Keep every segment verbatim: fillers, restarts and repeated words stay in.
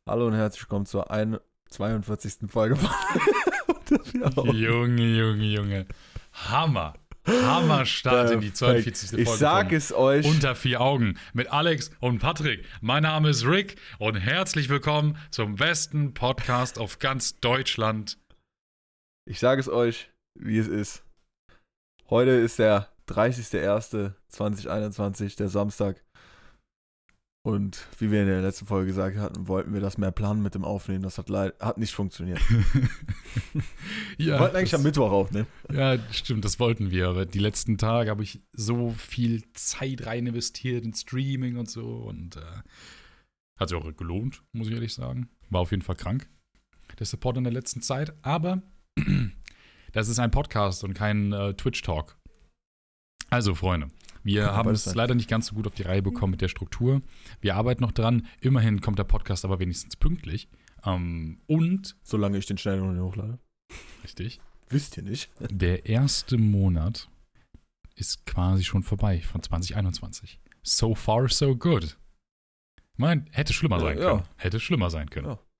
Hallo und herzlich willkommen zur zweiundvierzigsten Folge von Junge, Junge, Junge. Hammer. Hammer Start in die zweiundvierzigste Folge. Ich sag es euch. Unter vier Augen mit Alex und Patrick. Mein Name ist Rick und herzlich willkommen zum besten Podcast auf ganz Deutschland. Ich sage es euch, wie es ist. Heute ist der dreißigster erster zweitausendeinundzwanzig, der Samstag. Und wie wir in der letzten Folge gesagt hatten, wollten wir das mehr planen mit dem Aufnehmen. Das hat, leid, hat nicht funktioniert. ja, wir wollten eigentlich das, am Mittwoch aufnehmen. Ja, stimmt, das wollten wir. Aber die letzten Tage habe ich so viel Zeit rein investiert in Streaming und so. Und äh, hat sich auch gelohnt, muss ich ehrlich sagen. War auf jeden Fall krank, der Support in der letzten Zeit. Aber das ist ein Podcast und kein äh, Twitch-Talk. Also, Freunde. Wir ja, haben es leider nicht ganz so gut auf die Reihe bekommen mit der Struktur. Wir arbeiten noch dran. Immerhin kommt der Podcast aber wenigstens pünktlich. Ähm, und solange ich den schnell noch nicht hochlade. Richtig. Wisst ihr nicht. Der erste Monat ist quasi schon vorbei von zwanzig einundzwanzig. So far, so good. Ich meine, hätte schlimmer sein ja, können. Ja. Hätte schlimmer sein können. Ja.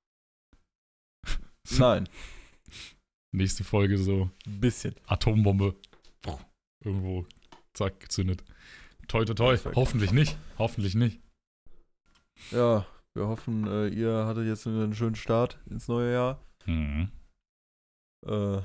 Nein. Nächste Folge so. Ein bisschen. Atombombe. Irgendwo. Zack, gezündet. Toi, toi, toi. Hoffentlich nicht. Hoffentlich nicht. Ja, wir hoffen, äh, ihr hattet jetzt einen schönen Start ins neue Jahr. Mhm. Äh,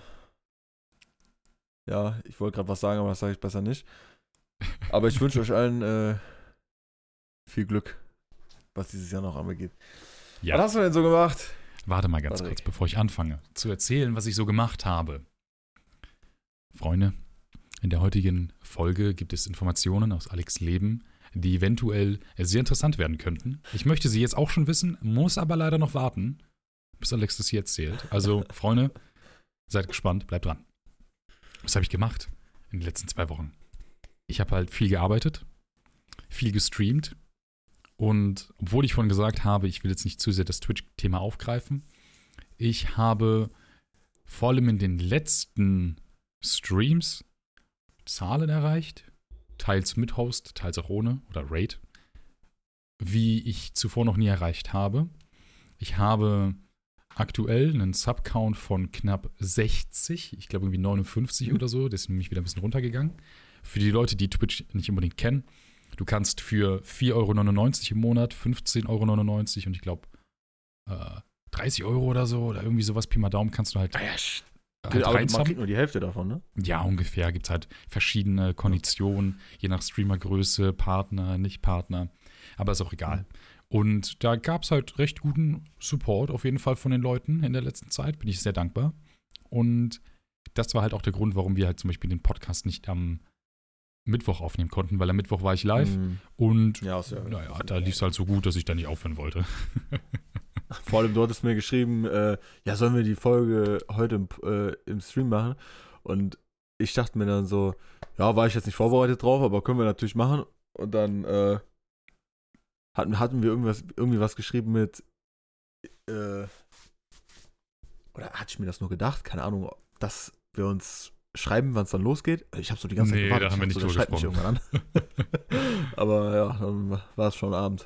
ja, ich wollte gerade was sagen, aber das sage ich besser nicht. Aber ich wünsche euch allen äh, viel Glück, was dieses Jahr noch angeht. Ja. Was hast du denn so gemacht? Warte mal ganz Patrick. kurz, bevor ich anfange zu erzählen, was ich so gemacht habe. Freunde, in der heutigen Folge gibt es Informationen aus Alex' Leben, die eventuell sehr interessant werden könnten. Ich möchte sie jetzt auch schon wissen, muss aber leider noch warten, bis Alex das hier erzählt. Also, Freunde, seid gespannt, bleibt dran. Was habe ich gemacht in den letzten zwei Wochen? Ich habe halt viel gearbeitet, viel gestreamt und obwohl ich vorhin gesagt habe, ich will jetzt nicht zu sehr das Twitch-Thema aufgreifen, ich habe vor allem in den letzten Streams Zahlen erreicht, teils mit Host, teils auch ohne oder Raid, wie ich zuvor noch nie erreicht habe. Ich habe aktuell einen Subcount von knapp sechzig, ich glaube irgendwie neunundfünfzig mhm. oder so, das ist nämlich wieder ein bisschen runtergegangen. Für die Leute, die Twitch nicht unbedingt kennen, du kannst für vier Euro neunundneunzig im Monat, fünfzehn Euro neunundneunzig und ich glaube äh, dreißig Euro oder so oder irgendwie sowas, Pi mal Daumen, kannst du halt ja, Halt aber man kriegt nur die Hälfte davon, ne? Ja, ungefähr. Gibt es halt verschiedene Konditionen, je nach Streamergröße, Partner, Nicht-Partner. Aber ist auch egal. Mhm. Und da gab es halt recht guten Support auf jeden Fall von den Leuten in der letzten Zeit. Bin ich sehr dankbar. Und das war halt auch der Grund, warum wir halt zum Beispiel den Podcast nicht am Mittwoch aufnehmen konnten, weil am Mittwoch war ich live. Mhm. Und ja, ja, naja, da lief es halt so gut, dass ich da nicht aufhören wollte. Vor allem, du hattest mir geschrieben, äh, ja, sollen wir die Folge heute im, äh, im Stream machen? Und ich dachte mir dann so, ja, war ich jetzt nicht vorbereitet drauf, aber können wir natürlich machen. Und dann äh, hatten, hatten wir irgendwas, irgendwie was geschrieben mit, äh, oder hatte ich mir das nur gedacht? Keine Ahnung, dass wir uns schreiben, wann es dann losgeht. Ich habe so die ganze nee, Zeit gewartet. Da haben wir nicht so, schreibt mich irgendwann an. Aber ja, dann war es schon Abend.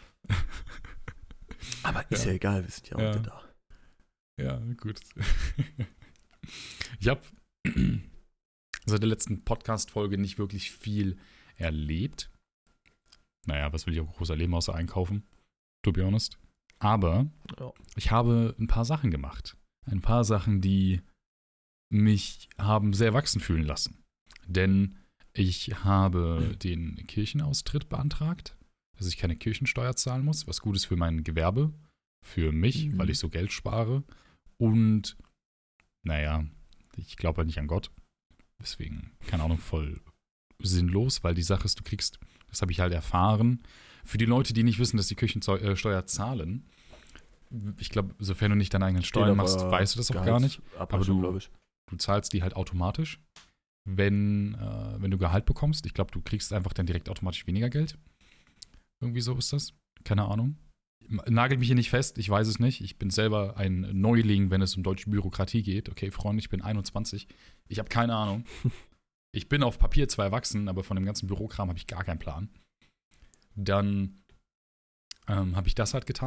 Aber ist ja, ja egal, wir sind ja, ja heute da. Ja, gut. Ich habe seit der letzten Podcast-Folge nicht wirklich viel erlebt. Naja, was will ich auch groß erleben, außer einkaufen, to be honest. Aber ja. ich habe ein paar Sachen gemacht. Ein paar Sachen, die mich haben sehr wachsen fühlen lassen. Denn ich habe den Kirchenaustritt beantragt, dass ich keine Kirchensteuer zahlen muss, was gut ist für mein Gewerbe, für mich, mhm. weil ich so Geld spare. Und, naja, ich glaube halt nicht an Gott. Deswegen, keine Ahnung, voll sinnlos, weil die Sache ist, du kriegst, das habe ich halt erfahren, für die Leute, die nicht wissen, dass die Kirchensteuer zahlen, ich glaube, sofern du nicht deine eigenen Steuern machst, weißt du das auch gar nicht. Aber du, du zahlst die halt automatisch, wenn, äh, wenn du Gehalt bekommst. Ich glaube, du kriegst einfach dann direkt automatisch weniger Geld. Irgendwie so ist das. Keine Ahnung. Nagelt mich hier nicht fest, ich weiß es nicht. Ich bin selber ein Neuling, wenn es um deutsche Bürokratie geht. Okay, Freunde, ich bin einundzwanzig. Ich habe keine Ahnung. Ich bin auf Papier zwar erwachsen, aber von dem ganzen Bürokram habe ich gar keinen Plan. Dann ähm, habe ich das halt getan.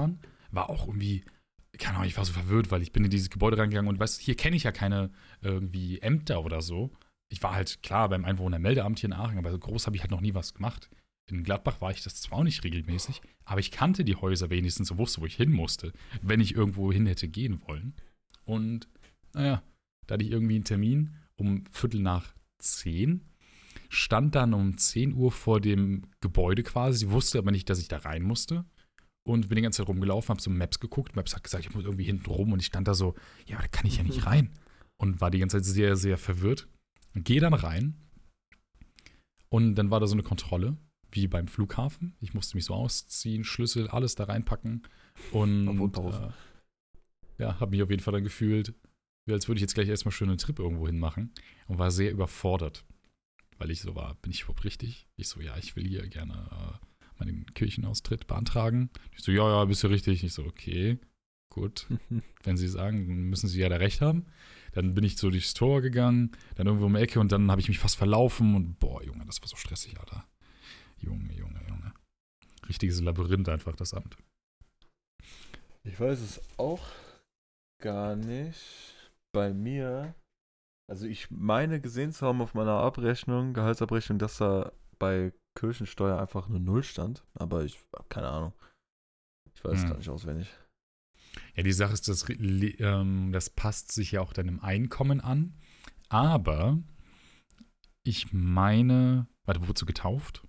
war auch irgendwie, keine Ahnung, ich war so verwirrt, weil ich bin in dieses Gebäude reingegangen und weißt, hier kenne ich ja keine irgendwie Ämter oder so. Ich war halt, klar, beim Einwohnermeldeamt hier in Aachen, aber so groß habe ich halt noch nie was gemacht. In Gladbach war ich das zwar auch nicht regelmäßig, aber ich kannte die Häuser wenigstens und wusste, wo ich hin musste, wenn ich irgendwo hin hätte gehen wollen. Und, naja, da hatte ich irgendwie einen Termin um Viertel nach zehn, stand dann um zehn Uhr vor dem Gebäude quasi, wusste aber nicht, dass ich da rein musste und bin die ganze Zeit rumgelaufen, habe so Maps geguckt. Maps hat gesagt, ich muss irgendwie hinten rum und ich stand da so, ja, aber da kann ich ja nicht rein. Und war die ganze Zeit sehr, sehr verwirrt. Gehe dann rein und dann war da so eine Kontrolle, wie beim Flughafen. Ich musste mich so ausziehen, Schlüssel, alles da reinpacken und äh, ja, habe mich auf jeden Fall dann gefühlt, wie als würde ich jetzt gleich erstmal schön einen Trip irgendwo hin machen und war sehr überfordert, weil ich so war, bin ich überhaupt richtig? Ich so, ja, ich will hier gerne äh, meinen Kirchenaustritt beantragen. Ich so, ja, ja, bist du richtig. Ich so, okay, gut. Wenn Sie sagen, müssen Sie ja da recht haben. Dann bin ich so durchs Tor gegangen, dann irgendwo um die Ecke und dann habe ich mich fast verlaufen und boah, Junge, das war so stressig, Alter. Junge, Junge, Junge. Richtiges Labyrinth einfach, das Amt. Ich weiß es auch gar nicht. Bei mir, also ich meine gesehen zu haben auf meiner Abrechnung, Gehaltsabrechnung, dass da bei Kirchensteuer einfach eine Null stand, aber ich habe keine Ahnung. Ich weiß es Hm. gar nicht auswendig. Ja, die Sache ist, das, ähm, das passt sich ja auch deinem Einkommen an. Aber ich meine, warte, wurdest du getauft?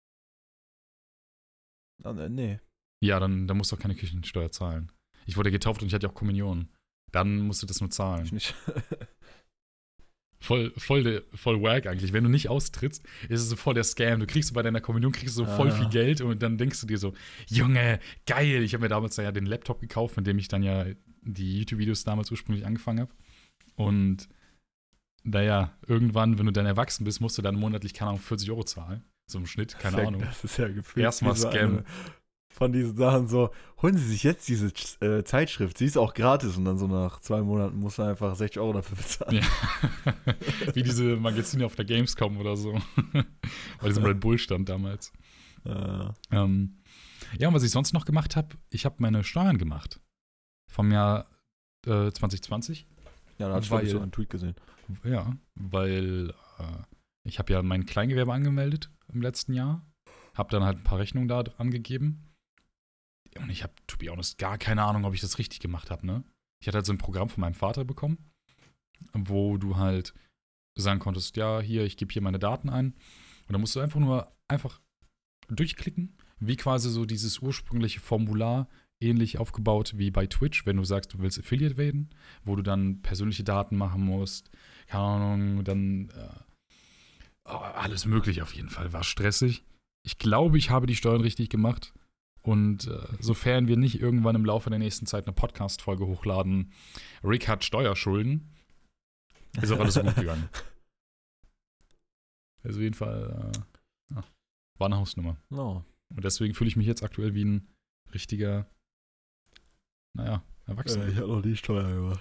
Ah, ne, nee. Ja, dann, dann musst du auch keine Kirchensteuer zahlen. Ich wurde getauft und ich hatte auch Kommunion. Dann musst du das nur zahlen. Ich nicht. Voll, voll, de, voll wack eigentlich. Wenn du nicht austrittst, ist es so voll der Scam. Du kriegst bei deiner Kommunion kriegst du so voll Ah. viel Geld und dann denkst du dir so, Junge, geil. Ich habe mir damals ja den Laptop gekauft, mit dem ich dann ja die YouTube-Videos damals ursprünglich angefangen habe. Und naja, irgendwann, wenn du dann erwachsen bist, musst du dann monatlich, keine Ahnung, vierzig Euro zahlen. So im Schnitt, keine ja, Ahnung. Das ist ja gefühlt Erstmal wie so Scam. eine von diesen Sachen so, holen Sie sich jetzt diese äh, Zeitschrift, sie ist auch gratis und dann so nach zwei Monaten muss man einfach sechzig Euro dafür bezahlen. Ja. Wie diese Magazine auf der Gamescom oder so. Bei diesem Red Bull stand damals. Äh, Ähm, ja, und was ich sonst noch gemacht habe, ich habe meine Steuern gemacht. Vom Jahr äh, zwanzig zwanzig. ja, da hatte ich glaub ich, Weil- so einen Tweet gesehen. Ja, weil äh, ich habe ja mein Kleingewerbe angemeldet im letzten Jahr. Habe dann halt ein paar Rechnungen da angegeben. Und ich habe, to be honest, gar keine Ahnung, ob ich das richtig gemacht habe, ne? Ich hatte halt so ein Programm von meinem Vater bekommen, wo du halt sagen konntest, ja, hier, ich gebe hier meine Daten ein. Und dann musst du einfach nur einfach durchklicken, wie quasi so dieses ursprüngliche Formular, ähnlich aufgebaut wie bei Twitch, wenn du sagst, du willst Affiliate werden, wo du dann persönliche Daten machen musst, keine Ahnung, dann äh, oh, alles möglich auf jeden Fall. War stressig. Ich glaube, ich habe die Steuern richtig gemacht. Und äh, sofern wir nicht irgendwann im Laufe der nächsten Zeit eine Podcast-Folge hochladen, Rick hat Steuerschulden, ist auch alles gut gegangen. Also auf jeden Fall äh, ja, war eine Hausnummer. No. Und deswegen fühle ich mich jetzt aktuell wie ein richtiger, naja, Erwachsener. Äh, ich habe noch nie Steuer gemacht.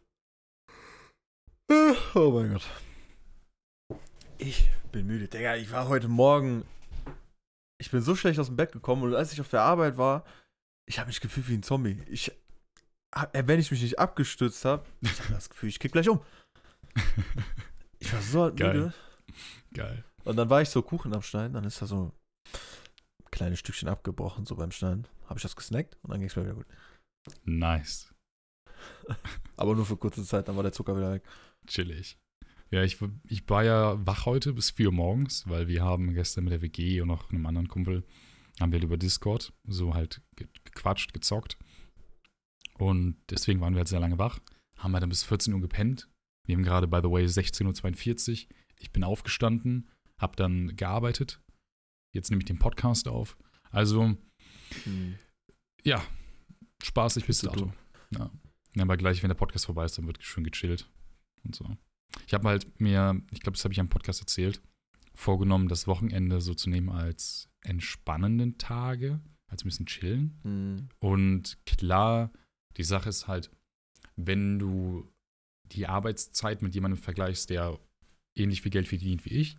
Oh mein Gott. Ich bin müde. Digga, ich war heute Morgen. Ich bin so schlecht aus dem Bett gekommen und als ich auf der Arbeit war, ich habe mich gefühlt wie ein Zombie. Ich, wenn ich mich nicht abgestützt habe, ich habe das Gefühl, ich kick gleich um. Ich war so Geil. müde. Geil. Und dann war ich so Kuchen am Schneiden, dann ist da so ein kleines Stückchen abgebrochen, so beim Schneiden. Habe ich das gesnackt und dann ging es mir wieder gut. Nice. Aber nur für kurze Zeit, dann war der Zucker wieder weg. Chillig. Ja, ich, ich war ja wach heute bis vier Uhr morgens, weil wir haben gestern mit der W G und noch einem anderen Kumpel, haben wir über Discord so halt gequatscht, gezockt. Und deswegen waren wir halt sehr lange wach. Haben wir dann bis vierzehn Uhr gepennt. Wir haben gerade, by the way, sechzehn Uhr zweiundvierzig. Ich bin aufgestanden, hab dann gearbeitet. Jetzt nehme ich den Podcast auf. Also, Hm. ja, spaßig bis Viel zu dato. Ja. Aber gleich, wenn der Podcast vorbei ist, dann wird schön gechillt und so. Ich habe halt mir, ich glaube, das habe ich am Podcast erzählt, vorgenommen, das Wochenende so zu nehmen als entspannenden Tage, als ein bisschen chillen. Hm. Und klar, die Sache ist halt, wenn du die Arbeitszeit mit jemandem vergleichst, der ähnlich viel Geld verdient wie ich,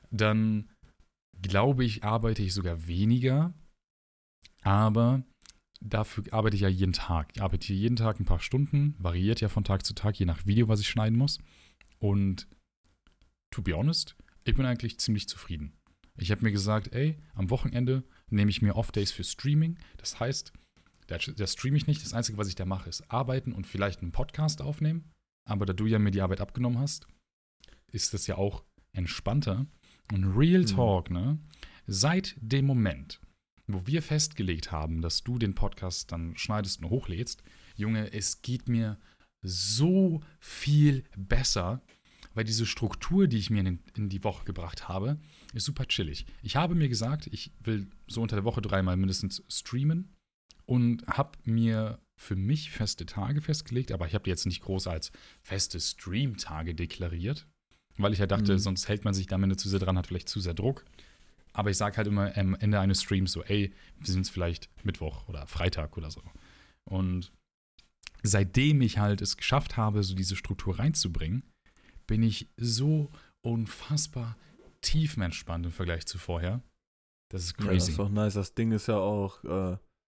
dann glaube ich, arbeite ich sogar weniger. Aber dafür arbeite ich ja jeden Tag. Ich arbeite jeden Tag ein paar Stunden, variiert ja von Tag zu Tag, je nach Video, was ich schneiden muss. Und to be honest, ich bin eigentlich ziemlich zufrieden. Ich habe mir gesagt, ey, am Wochenende nehme ich mir Off-Days für Streaming. Das heißt, da, da streame ich nicht. Das Einzige, was ich da mache, ist arbeiten und vielleicht einen Podcast aufnehmen. Aber da du ja mir die Arbeit abgenommen hast, ist das ja auch entspannter. Und Real Talk, mhm. ne? Seit dem Moment, wo wir festgelegt haben, dass du den Podcast dann schneidest und hochlädst, Junge, es geht mir so viel besser, weil diese Struktur, die ich mir in, in die Woche gebracht habe, ist super chillig. Ich habe mir gesagt, ich will so unter der Woche dreimal mindestens streamen und habe mir für mich feste Tage festgelegt, aber ich habe die jetzt nicht groß als feste Stream-Tage deklariert, weil ich ja dachte, mhm. sonst hält man sich da, wenn du zu sehr dran hat, vielleicht zu sehr Druck. Aber ich sage halt immer am Ende eines Streams so, ey, wir sind es vielleicht Mittwoch oder Freitag oder so. Und seitdem ich halt es geschafft habe, so diese Struktur reinzubringen, bin ich so unfassbar tiefenentspannt im Vergleich zu vorher. Das ist crazy. Ja, das ist auch nice. Das Ding ist ja auch, äh,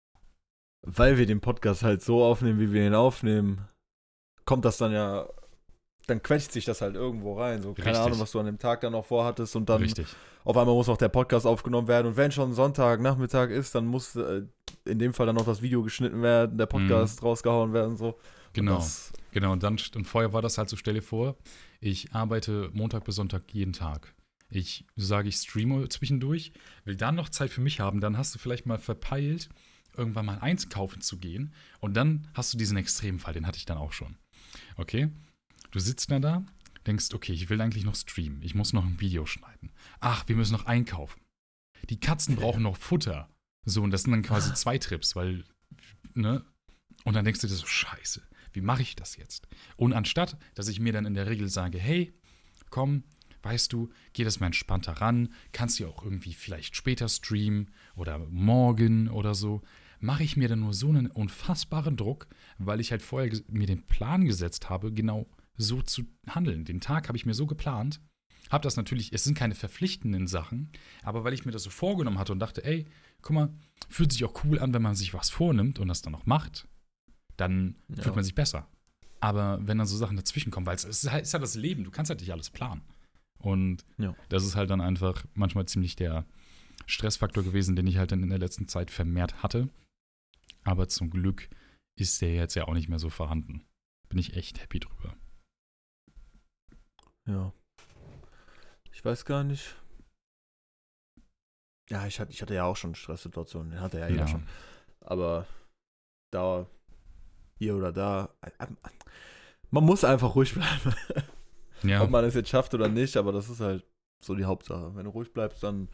weil wir den Podcast halt so aufnehmen, wie wir ihn aufnehmen, kommt das dann ja, dann quetscht sich das halt irgendwo rein. So, keine Richtig. Ahnung, was du an dem Tag dann noch vorhattest und dann Richtig. auf einmal muss auch der Podcast aufgenommen werden und wenn schon Sonntag, Nachmittag ist, dann muss äh, in dem Fall dann noch das Video geschnitten werden, der Podcast mhm. rausgehauen werden, so. Genau, das, genau. Und dann und vorher war das halt so, stell dir vor, ich arbeite Montag bis Sonntag jeden Tag. Ich sage, ich streame zwischendurch, will dann noch Zeit für mich haben, dann hast du vielleicht mal verpeilt, irgendwann mal eins kaufen zu gehen und dann hast du diesen Extremfall, den hatte ich dann auch schon. Okay, du sitzt dann da, denkst, okay, ich will eigentlich noch streamen, ich muss noch ein Video schneiden. Ach, wir müssen noch einkaufen. Die Katzen brauchen noch Futter. So, und das sind dann quasi zwei Trips, weil, ne? Und dann denkst du dir so, scheiße, wie mache ich das jetzt? Und anstatt, dass ich mir dann in der Regel sage, hey, komm, weißt du, geh das mal entspannter ran, kannst du auch irgendwie vielleicht später streamen oder morgen oder so, mache ich mir dann nur so einen unfassbaren Druck, weil ich halt vorher mir den Plan gesetzt habe, genau so zu handeln. Den Tag habe ich mir so geplant, habe das natürlich, es sind keine verpflichtenden Sachen, aber weil ich mir das so vorgenommen hatte und dachte, ey, guck mal, fühlt sich auch cool an, wenn man sich was vornimmt und das dann noch macht, dann ja. fühlt man sich besser. Aber wenn dann so Sachen dazwischen kommen, weil es ist halt, ist halt das Leben, du kannst halt nicht alles planen. Und ja. das ist halt dann einfach manchmal ziemlich der Stressfaktor gewesen, den ich halt dann in der letzten Zeit vermehrt hatte. Aber zum Glück ist der jetzt ja auch nicht mehr so vorhanden. Bin ich echt happy drüber. Ja. Ich weiß gar nicht. Ja, ich hatte, ich hatte ja auch schon Stresssituationen. Den hatte ja jeder ja. schon. Aber da, hier oder da, man muss einfach ruhig bleiben. Ja. Ob man es jetzt schafft oder nicht, aber das ist halt so die Hauptsache. Wenn du ruhig bleibst, dann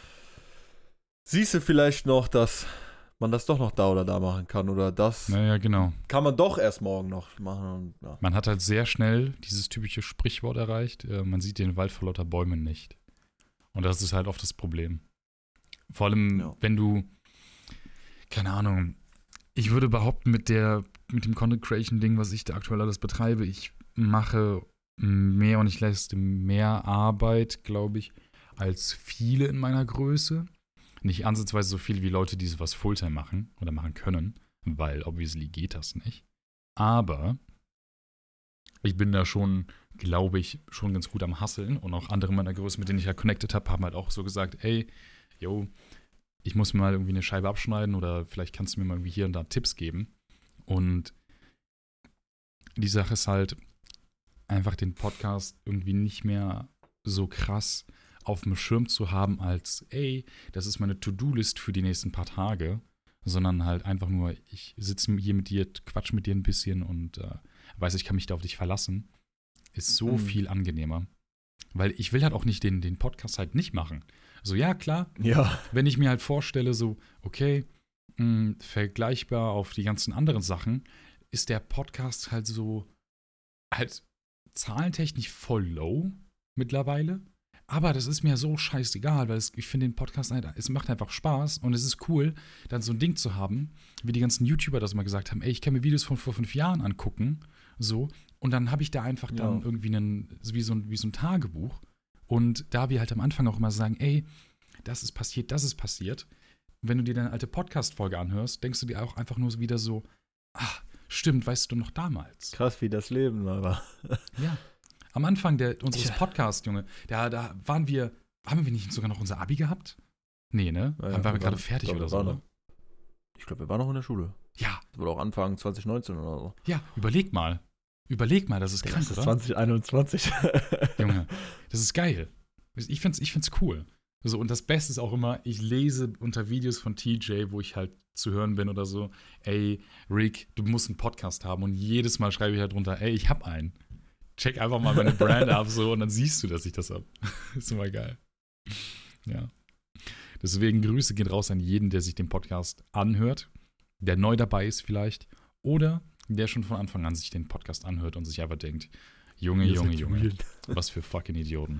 siehst du vielleicht noch, dass man das doch noch da oder da machen kann. Oder das naja, genau. kann man doch erst morgen noch machen. Und, ja. Man hat halt sehr schnell dieses typische Sprichwort erreicht, äh, man sieht den Wald vor lauter Bäumen nicht. Und das ist halt oft das Problem. Vor allem, ja. wenn du, keine Ahnung, ich würde behaupten, mit der, mit dem Content Creation Ding, was ich da aktuell alles betreibe, ich mache mehr und ich leiste mehr Arbeit, glaube ich, als viele in meiner Größe. Nicht ansatzweise so viel wie Leute, die sowas Fulltime machen oder machen können, weil obviously geht das nicht. Aber ich bin da schon, glaube ich, schon ganz gut am Hustlen und auch andere meiner Größe, mit denen ich halt connected habe, haben halt auch so gesagt, ey, yo, ich muss mir mal irgendwie eine Scheibe abschneiden oder vielleicht kannst du mir mal irgendwie hier und da Tipps geben. Und die Sache ist halt, einfach den Podcast irgendwie nicht mehr so krass auf dem Schirm zu haben als, ey, das ist meine To-Do-List für die nächsten paar Tage, sondern halt einfach nur, ich sitze hier mit dir, quatsch mit dir ein bisschen und äh, weiß, ich kann mich da auf dich verlassen, ist so mhm. viel angenehmer. Weil ich will halt auch nicht den, den Podcast halt nicht machen. So, ja, klar, ja. wenn ich mir halt vorstelle, so, okay, mh, vergleichbar auf die ganzen anderen Sachen, ist der Podcast halt so, halt zahlentechnisch voll low mittlerweile. Aber das ist mir so scheißegal, weil es, ich finde den Podcast, es macht einfach Spaß und es ist cool, dann so ein Ding zu haben, wie die ganzen YouTuber das mal gesagt haben, ey, ich kann mir Videos von vor fünf Jahren angucken, so, und dann habe ich da einfach ja. dann irgendwie einen, wie so ein, wie so ein Tagebuch und da wir halt am Anfang auch immer sagen, ey, das ist passiert, das ist passiert, wenn du dir deine alte Podcast-Folge anhörst, denkst du dir auch einfach nur wieder so, ach, stimmt, weißt du noch damals. Krass, wie das Leben mal war. Ja. Am Anfang der, unseres Ja. Podcasts, Junge, da, da waren wir, haben wir nicht sogar noch unser Abi gehabt? Nee, ne? Ja, ja, waren wir wir gerade waren- fertig doch, wir oder so, waren ne? noch- Ich glaube, wir waren noch in der Schule. Ja, Das wurde auch Anfang zwanzig neunzehn oder so. ja, überleg mal. Überleg mal, das ist krank, das ist oder? zwanzig einundzwanzig. Junge, das ist geil. Ich find's, ich find's cool. So, und das Beste ist auch immer, ich lese unter Videos von T J, wo ich halt zu hören bin oder so, ey, Rick, du musst einen Podcast haben. Und jedes Mal schreibe ich halt drunter, ey, ich hab einen. Check einfach mal meine Brand ab so und dann siehst du, dass ich das hab. Ist immer geil. Ja. Deswegen Grüße gehen raus an jeden, der sich den Podcast anhört, der neu dabei ist vielleicht oder der schon von Anfang an sich den Podcast anhört und sich einfach denkt, Junge, Ihr Junge, seid Junge, real. was für fucking Idioten.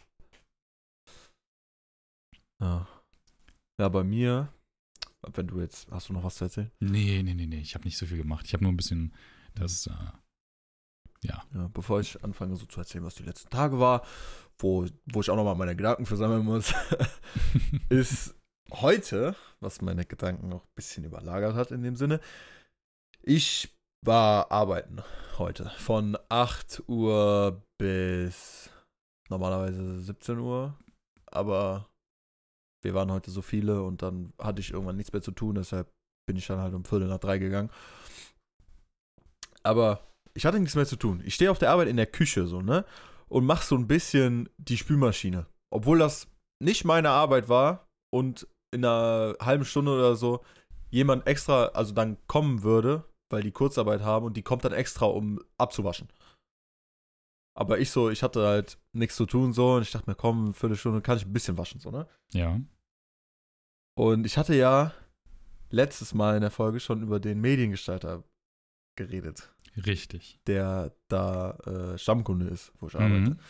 Ja. Ja, bei mir, wenn du jetzt, hast du noch was zu erzählen? Nee, nee, nee, nee, ich habe nicht so viel gemacht. Ich habe nur ein bisschen das, äh, ja. Ja, bevor ich anfange so zu erzählen, was die letzten Tage war, wo, wo ich auch nochmal meine Gedanken versammeln muss, ist heute, was meine Gedanken noch ein bisschen überlagert hat in dem Sinne, ich war arbeiten heute von acht Uhr bis normalerweise siebzehn Uhr, aber wir waren heute so viele und dann hatte ich irgendwann nichts mehr zu tun, deshalb bin ich dann halt um Viertel nach drei gegangen. Aber ich hatte nichts mehr zu tun. Ich stehe auf der Arbeit in der Küche so, ne? Und mach so ein bisschen die Spülmaschine. Obwohl das nicht meine Arbeit war und in einer halben Stunde oder so jemand extra, also dann kommen würde, weil die Kurzarbeit haben und die kommt dann extra, um abzuwaschen. Aber ich so, ich hatte halt nichts zu tun so und ich dachte mir, komm, eine Viertelstunde kann ich ein bisschen waschen so, ne? Ja. Und ich hatte ja letztes Mal in der Folge schon über den Mediengestalter geredet, Richtig. der da äh, Stammkunde ist, wo ich arbeite. Mhm.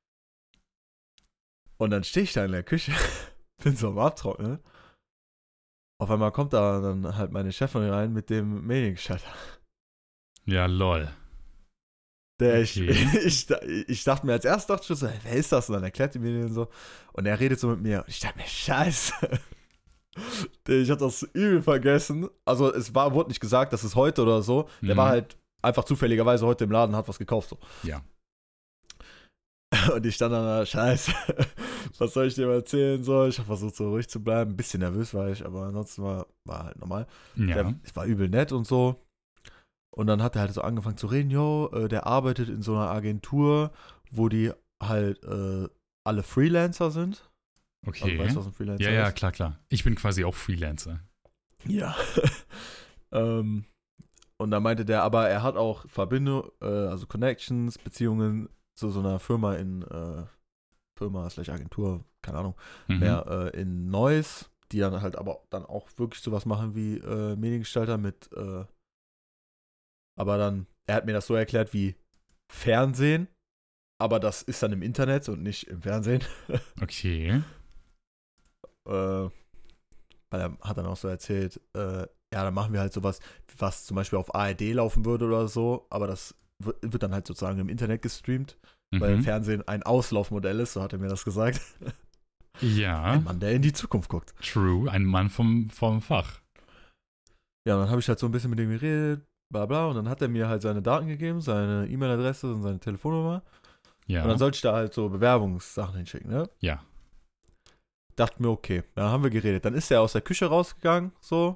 Und dann stehe ich da in der Küche, bin so am Abtrocknen. Auf einmal kommt da dann halt meine Chefin rein mit dem Mediengestalter. Ja, lol. Der Okay. ich, ich, ich dachte mir als erstes, dachte ich schon so, hey, wer ist das? Und dann erklärt die mir den so. Und er redet so mit mir. Und ich dachte mir, scheiße. Ich hatte das übel vergessen. Also es war, wurde nicht gesagt, das ist heute oder so. Der Mhm. war halt einfach zufälligerweise heute im Laden, hat was gekauft. So. Ja. Und ich stand dann da, scheiße, was soll ich dir mal erzählen? So, ich habe versucht, so ruhig zu bleiben. Ein bisschen nervös war ich, aber ansonsten war, war halt normal. Ja. Der, es war übel nett und so. Und dann hat er halt so angefangen zu reden, yo, äh, der arbeitet in so einer Agentur, wo die halt äh, alle Freelancer sind. Okay. Also, weißt du, was ein Freelancer Ja, ja, ist? klar, klar. Ich bin quasi auch Freelancer. Ja. ähm, und da meinte der, aber er hat auch Verbindung, äh, also Connections, Beziehungen zu so einer Firma in, äh, Firma slash Agentur, keine Ahnung, Mhm. mehr äh, in Neuss, die dann halt aber dann auch wirklich sowas machen wie äh, Mediengestalter mit, äh, aber dann, er hat mir das so erklärt wie Fernsehen, aber das ist dann im Internet und nicht im Fernsehen. Okay. äh, weil er hat dann auch so erzählt, äh, ja, dann machen wir halt sowas, was zum Beispiel auf A R D laufen würde oder so, aber das wird, wird dann halt sozusagen im Internet gestreamt, weil Mhm. Fernsehen ein Auslaufmodell ist, so hat er mir das gesagt. Ja, Ein Mann, der in die Zukunft guckt. true. Ein Mann vom, vom Fach. Ja, und dann habe ich halt so ein bisschen mit ihm geredet, bla bla, und dann hat er mir halt seine Daten gegeben, seine E-Mail-Adresse und seine Telefonnummer. Ja. Und dann sollte ich da halt so Bewerbungssachen hinschicken, ne? Ja. Dachte mir, okay, dann haben wir geredet. Dann ist er aus der Küche rausgegangen, so.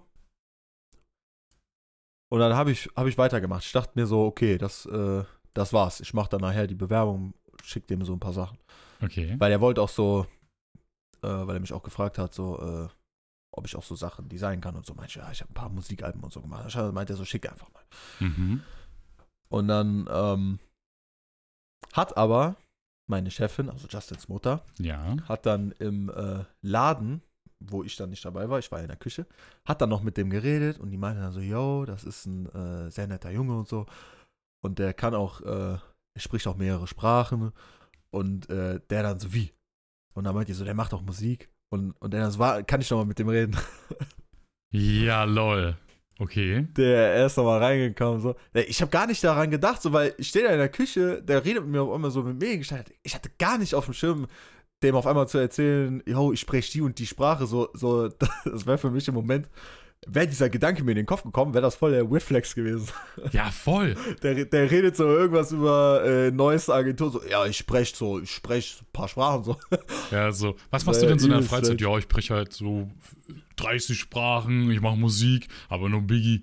Und dann habe ich, hab ich weitergemacht. Ich dachte mir so, okay, das, äh, das war's. Ich mache dann nachher die Bewerbung, schick dem so ein paar Sachen. Okay. Weil er wollte auch so, äh, weil er mich auch gefragt hat, so, äh, ob ich auch so Sachen designen kann und so. Meinte ich, ja, ich habe ein paar Musikalben und so gemacht. Dann meinte er so, schick einfach mal. Mhm. Und dann ähm, hat aber meine Chefin, also Justins Mutter, Ja. hat dann im äh, Laden, wo ich dann nicht dabei war, ich war in der Küche, hat dann noch mit dem geredet und die meinte dann so, yo, das ist ein äh, sehr netter Junge und so. Und der kann auch, äh, er spricht auch mehrere Sprachen. Und äh, der dann so, wie? Und dann meinte ich so, der macht auch Musik. Und, und der dann so, war, kann ich noch mal mit dem reden? Ja, lol. Okay. Der er ist noch mal reingekommen, so. Ich habe gar nicht daran gedacht, so, weil ich stehe da in der Küche, der redet mit mir auf einmal so mit Mediengestalter. Ich hatte gar nicht auf dem Schirm, dem auf einmal zu erzählen, yo, ich spreche die und die Sprache, so, so das wäre für mich im Moment, wäre dieser Gedanke mir in den Kopf gekommen, wäre das voll der Weird-Flex gewesen. Ja, voll. Der, der redet so irgendwas über äh, neueste Agentur, so, ja, ich spreche so, ich spreche ein paar Sprachen so. Ja, so, was machst du denn so in der Freizeit? Ja, ich spreche halt so dreißig Sprachen, ich mache Musik, aber nur Biggie.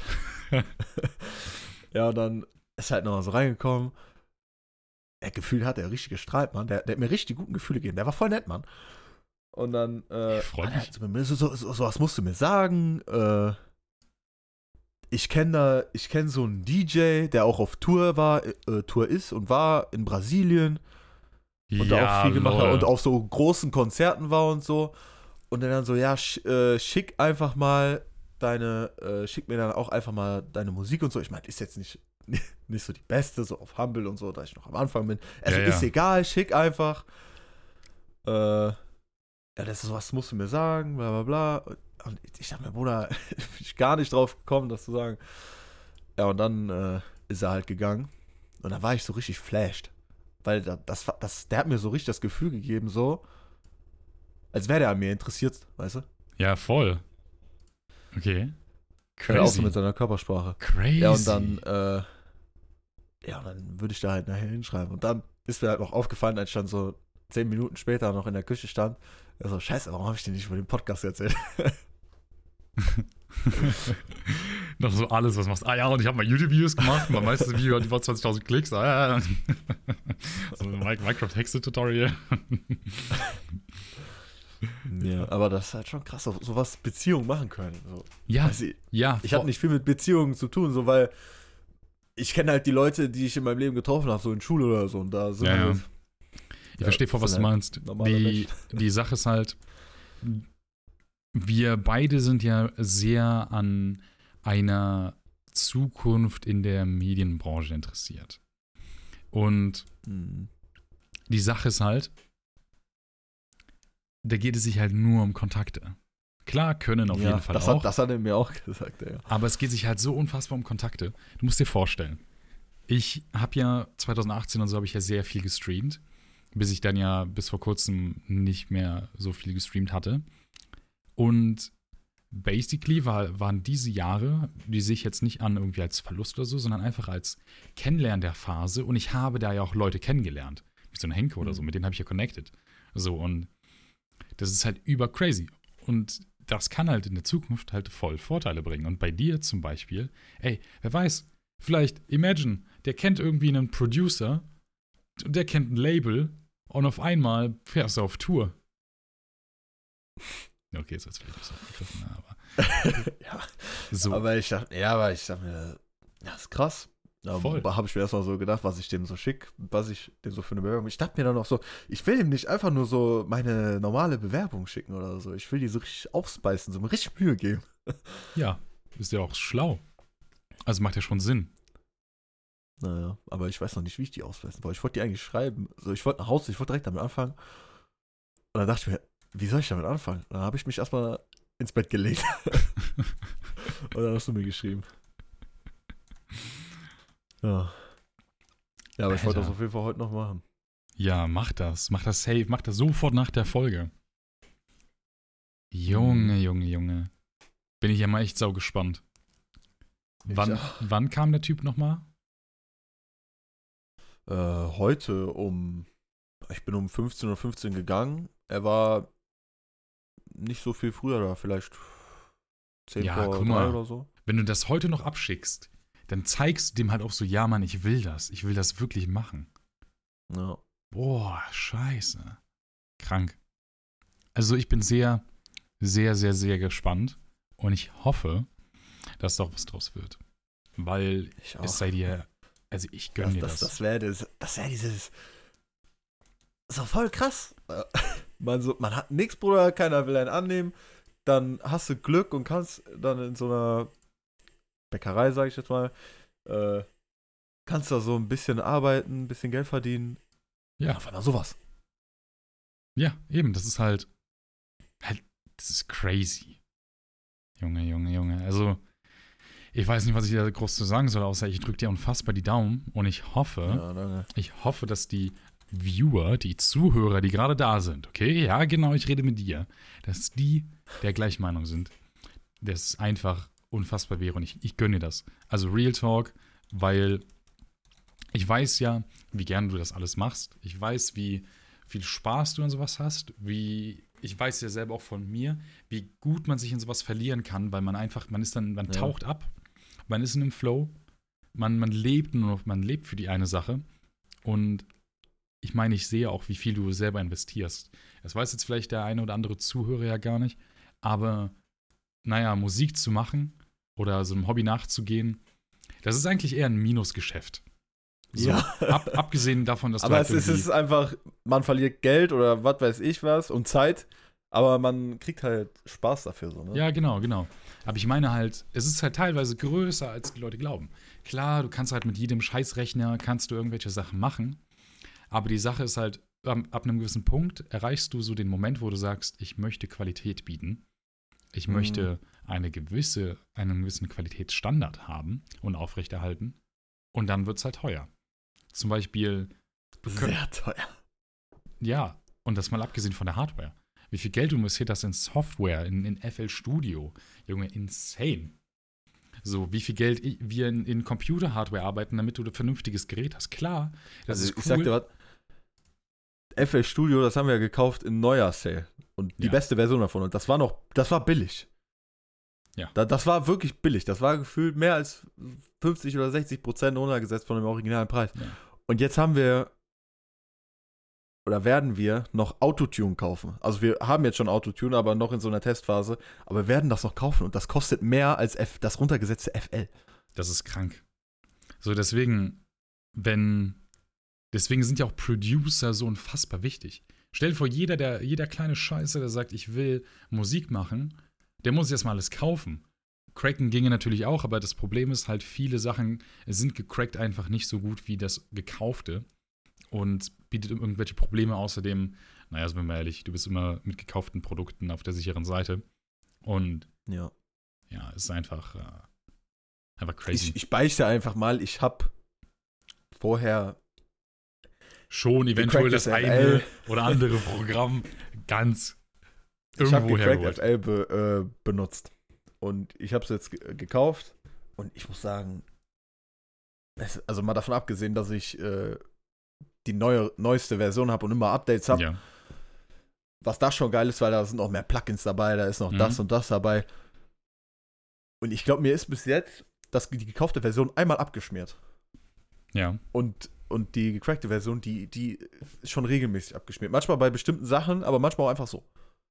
Ja, und dann ist halt noch mal so reingekommen. Der Gefühl hat er richtig gestrahlt, Mann. Der, der hat mir richtig guten Gefühle gegeben. Der war voll nett, Mann. Und dann, äh, Freut mich. so, so, so, so was musst du mir sagen. Äh, ich kenne da, ich kenne so einen D J, der auch auf Tour war, äh, Tour ist und war in Brasilien. Und ja, da auch viel gemacht lol. hat und auf so großen Konzerten war und so. Und der dann so, ja, sch, äh, schick einfach mal deine, äh, schick mir dann auch einfach mal deine Musik und so. Ich meine, ist jetzt nicht, nicht so die beste, so auf Humble und so, da ich noch am Anfang bin. Also Ja, ist ja. egal, schick einfach. Äh, ja, das ist was musst du mir sagen, bla bla bla. Und ich dachte mir, Bruder, bin ich gar nicht drauf gekommen, das zu sagen. Ja, und dann äh, ist er halt gegangen. Und dann war ich so richtig flashed. Weil das, das, das, der hat mir so richtig das Gefühl gegeben, so, als wäre der an mir interessiert, weißt du? Ja, voll. Okay. Ja, auch so Crazy. mit seiner Körpersprache. Crazy. Ja, und dann, äh, ja, und dann würde ich da halt nachher hinschreiben. Und dann ist mir halt noch aufgefallen, als ich dann so zehn Minuten später noch in der Küche stand, so, scheiße, warum habe ich dir nicht über den Podcast erzählt? Noch so alles, was machst. Ah ja, und ich habe mal YouTube-Videos gemacht. Mein meistes Video hat über zwanzigtausend Klicks. Ah, ja. So ein Minecraft-Hexe-Tutorial. Ja, aber das ist halt schon krass, so, so was Beziehungen machen können. So. Ja, Also, ja. ich habe nicht viel mit Beziehungen zu tun, so, weil ich kenne halt die Leute, die ich in meinem Leben getroffen habe, so in Schule oder so. Und da sind Ja, ja. halt, Ich verstehe voll, was du sind halt meinst. normale Die, Menschen. die Sache ist halt, wir beide sind ja sehr an einer Zukunft in der Medienbranche interessiert. Und Mhm. die Sache ist halt, da geht es sich halt nur um Kontakte. Klar, können auf Ja, jeden Fall das auch. Hat, das hat er mir auch gesagt, ja. Aber es geht sich halt so unfassbar um Kontakte. Du musst dir vorstellen, ich habe ja zwanzig achtzehn und so habe ich ja sehr viel gestreamt, bis ich dann ja bis vor kurzem nicht mehr so viel gestreamt hatte. Und basically war, waren diese Jahre, die sehe ich jetzt nicht an irgendwie als Verlust oder so, sondern einfach als Kennenlernen der Phase. Und ich habe da ja auch Leute kennengelernt, wie so ein Henke oder so, mit denen habe ich ja connected. So, und das ist halt über crazy. Und das kann halt in der Zukunft halt voll Vorteile bringen. Und bei dir zum Beispiel, ey, wer weiß, vielleicht, imagine, der kennt irgendwie einen Producer und der kennt ein Label und auf einmal fährst du auf Tour. Okay, jetzt wird's vielleicht nicht so begriffen, aber. Ja, So. aber ich dachte, ja, aber ich dachte mir, ja, ist krass. Da Voll. habe ich mir erstmal so gedacht, was ich dem so schick, was ich dem so für eine Bewerbung. Ich dachte mir dann auch so, ich will ihm nicht einfach nur so meine normale Bewerbung schicken oder so. Ich will die so richtig aufspeisen, so mir richtig Mühe geben. Ja, ist ja auch schlau. Also macht ja schon Sinn. Naja, aber ich weiß noch nicht, wie ich die ausweisen soll. Ich wollte die eigentlich schreiben. So, ich wollte nach Hause, ich wollte direkt damit anfangen. Und dann dachte ich mir, wie soll ich damit anfangen? Dann habe ich mich erstmal ins Bett gelegt. Und dann hast du mir geschrieben. Ja. Ja, aber ich wollte das Alter. auf jeden Fall heute noch machen. Ja, mach das. Mach das safe. Mach das sofort nach der Folge. Junge, Junge, Junge. Bin ich ja mal echt sau gespannt. Wann, auch. wann kam der Typ nochmal? Äh, heute um, ich bin um fünfzehn Uhr fünfzehn gegangen. Er war nicht so viel früher da, vielleicht zehn Ja, vor guck drei mal. oder so. Wenn du das heute noch abschickst, dann zeigst du dem halt auch so, ja, Mann, ich will das. Ich will das wirklich machen. Ja. Boah, scheiße. Krank. Also ich bin sehr, sehr, sehr, sehr gespannt. Und ich hoffe, dass doch was draus wird. Weil Ich auch. es sei dir, also ich gönn Das, dir das, das. das wäre das, das wär dieses. So voll krass. Man, so, man hat nichts, Bruder, keiner will einen annehmen. Dann hast du Glück und kannst dann in so einer Bäckerei, sag ich jetzt mal, äh, kannst da so ein bisschen arbeiten, ein bisschen Geld verdienen. Ja. Auf einmal sowas. Ja, eben, das ist halt, halt, das ist crazy. Junge, Junge, Junge. Also, ich weiß nicht, was ich da groß zu sagen soll, außer ich drücke dir unfassbar die Daumen und ich hoffe, Ja, danke. ich hoffe, dass die Viewer, die Zuhörer, die gerade da sind, okay, ja, genau, ich rede mit dir, dass die der gleichen Meinung sind, das ist einfach unfassbar wäre und ich, ich gönne dir das. Also Real Talk, weil ich weiß ja, wie gern du das alles machst. Ich weiß, wie viel Spaß du an sowas hast, wie ich weiß ja selber auch von mir, wie gut man sich in sowas verlieren kann, weil man einfach, man ist dann, man ja. taucht ab, man ist in einem Flow, man, man lebt nur noch, man lebt für die eine Sache und ich meine, ich sehe auch, wie viel du selber investierst. Das weiß jetzt vielleicht der eine oder andere Zuhörer ja gar nicht, aber naja, Musik zu machen oder so einem Hobby nachzugehen, das ist eigentlich eher ein Minusgeschäft. So, ja. ab, abgesehen davon, dass aber du halt es ist einfach, man verliert Geld oder was weiß ich was und Zeit, aber man kriegt halt Spaß dafür. So, ne? Ja, genau, genau. Aber ich meine halt, es ist halt teilweise größer, als die Leute glauben. Klar, du kannst halt mit jedem Scheißrechner, kannst du irgendwelche Sachen machen, aber die Sache ist halt, ab einem gewissen Punkt erreichst du so den Moment, wo du sagst, ich möchte Qualität bieten. Ich mhm. möchte eine gewisse, einen gewissen Qualitätsstandard haben und aufrechterhalten. Und dann wird es halt teuer. Zum Beispiel. Sehr teuer. Ja, und das mal abgesehen von der Hardware. Wie viel Geld du investiert hast in Software, in, in F L Studio. Junge, insane. So, wie viel Geld wir in, in Computer-Hardware arbeiten, damit du ein vernünftiges Gerät hast. Klar, das also ist cool. Ich sag dir was. F L Studio, das haben wir ja gekauft im Neujahr-Sale. Und die ja. beste Version davon. Und das war noch, das war billig. Ja. Da, das war wirklich billig. Das war gefühlt mehr als fünfzig oder sechzig Prozent runtergesetzt von dem originalen Preis. Ja. Und jetzt haben wir oder werden wir noch Autotune kaufen. Also wir haben jetzt schon Autotune, aber noch in so einer Testphase. Aber wir werden das noch kaufen und das kostet mehr als F, das runtergesetzte F L. Das ist krank. So, deswegen, wenn, deswegen sind ja auch Producer so unfassbar wichtig. Stell dir vor, jeder, der, jeder kleine Scheiße, der sagt, ich will Musik machen, der muss erstmal alles kaufen. Cracken ginge natürlich auch, aber das Problem ist halt, viele Sachen sind gecrackt einfach nicht so gut wie das Gekaufte und bietet irgendwelche Probleme. Außerdem, naja, sind wir mal ehrlich, du bist immer mit gekauften Produkten auf der sicheren Seite. Und ja, ja, es ist einfach, äh, einfach crazy. Ich, ich beichte einfach mal, ich habe vorher schon eventuell das eine oder andere Programm ganz irgendwo hergeholt. Ich habe F L be, äh, benutzt. Und ich habe es jetzt ge- gekauft und ich muss sagen, es, also mal davon abgesehen, dass ich äh, die neue, neueste Version habe und immer Updates habe, ja. was da schon geil ist, weil da sind noch mehr Plugins dabei, da ist noch mhm. das und das dabei. Und ich glaube, mir ist bis jetzt das, die gekaufte Version einmal abgeschmiert. Ja. Und, und die gecrackte Version, die, die ist schon regelmäßig abgeschmiert. Manchmal bei bestimmten Sachen, aber manchmal auch einfach so.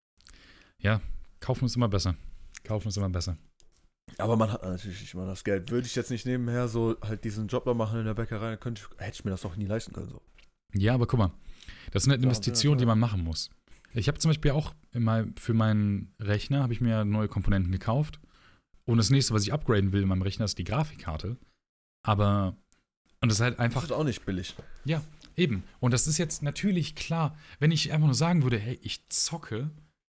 Ja, kaufen ist immer besser. Kaufen ist immer besser. Aber man hat natürlich nicht immer das Geld. Würde ich jetzt nicht nebenher so halt diesen Job da machen in der Bäckerei, dann könnte ich, hätte ich mir das doch nie leisten können. So. Ja, aber guck mal, das sind halt Investitionen, die man machen muss. Ich habe zum Beispiel auch immer für meinen Rechner, habe ich mir neue Komponenten gekauft. Und das nächste, was ich upgraden will in meinem Rechner, ist die Grafikkarte. Aber, und das ist halt einfach. Das ist auch nicht billig. Ja, eben. Und das ist jetzt natürlich klar, wenn ich einfach nur sagen würde, hey, ich zocke,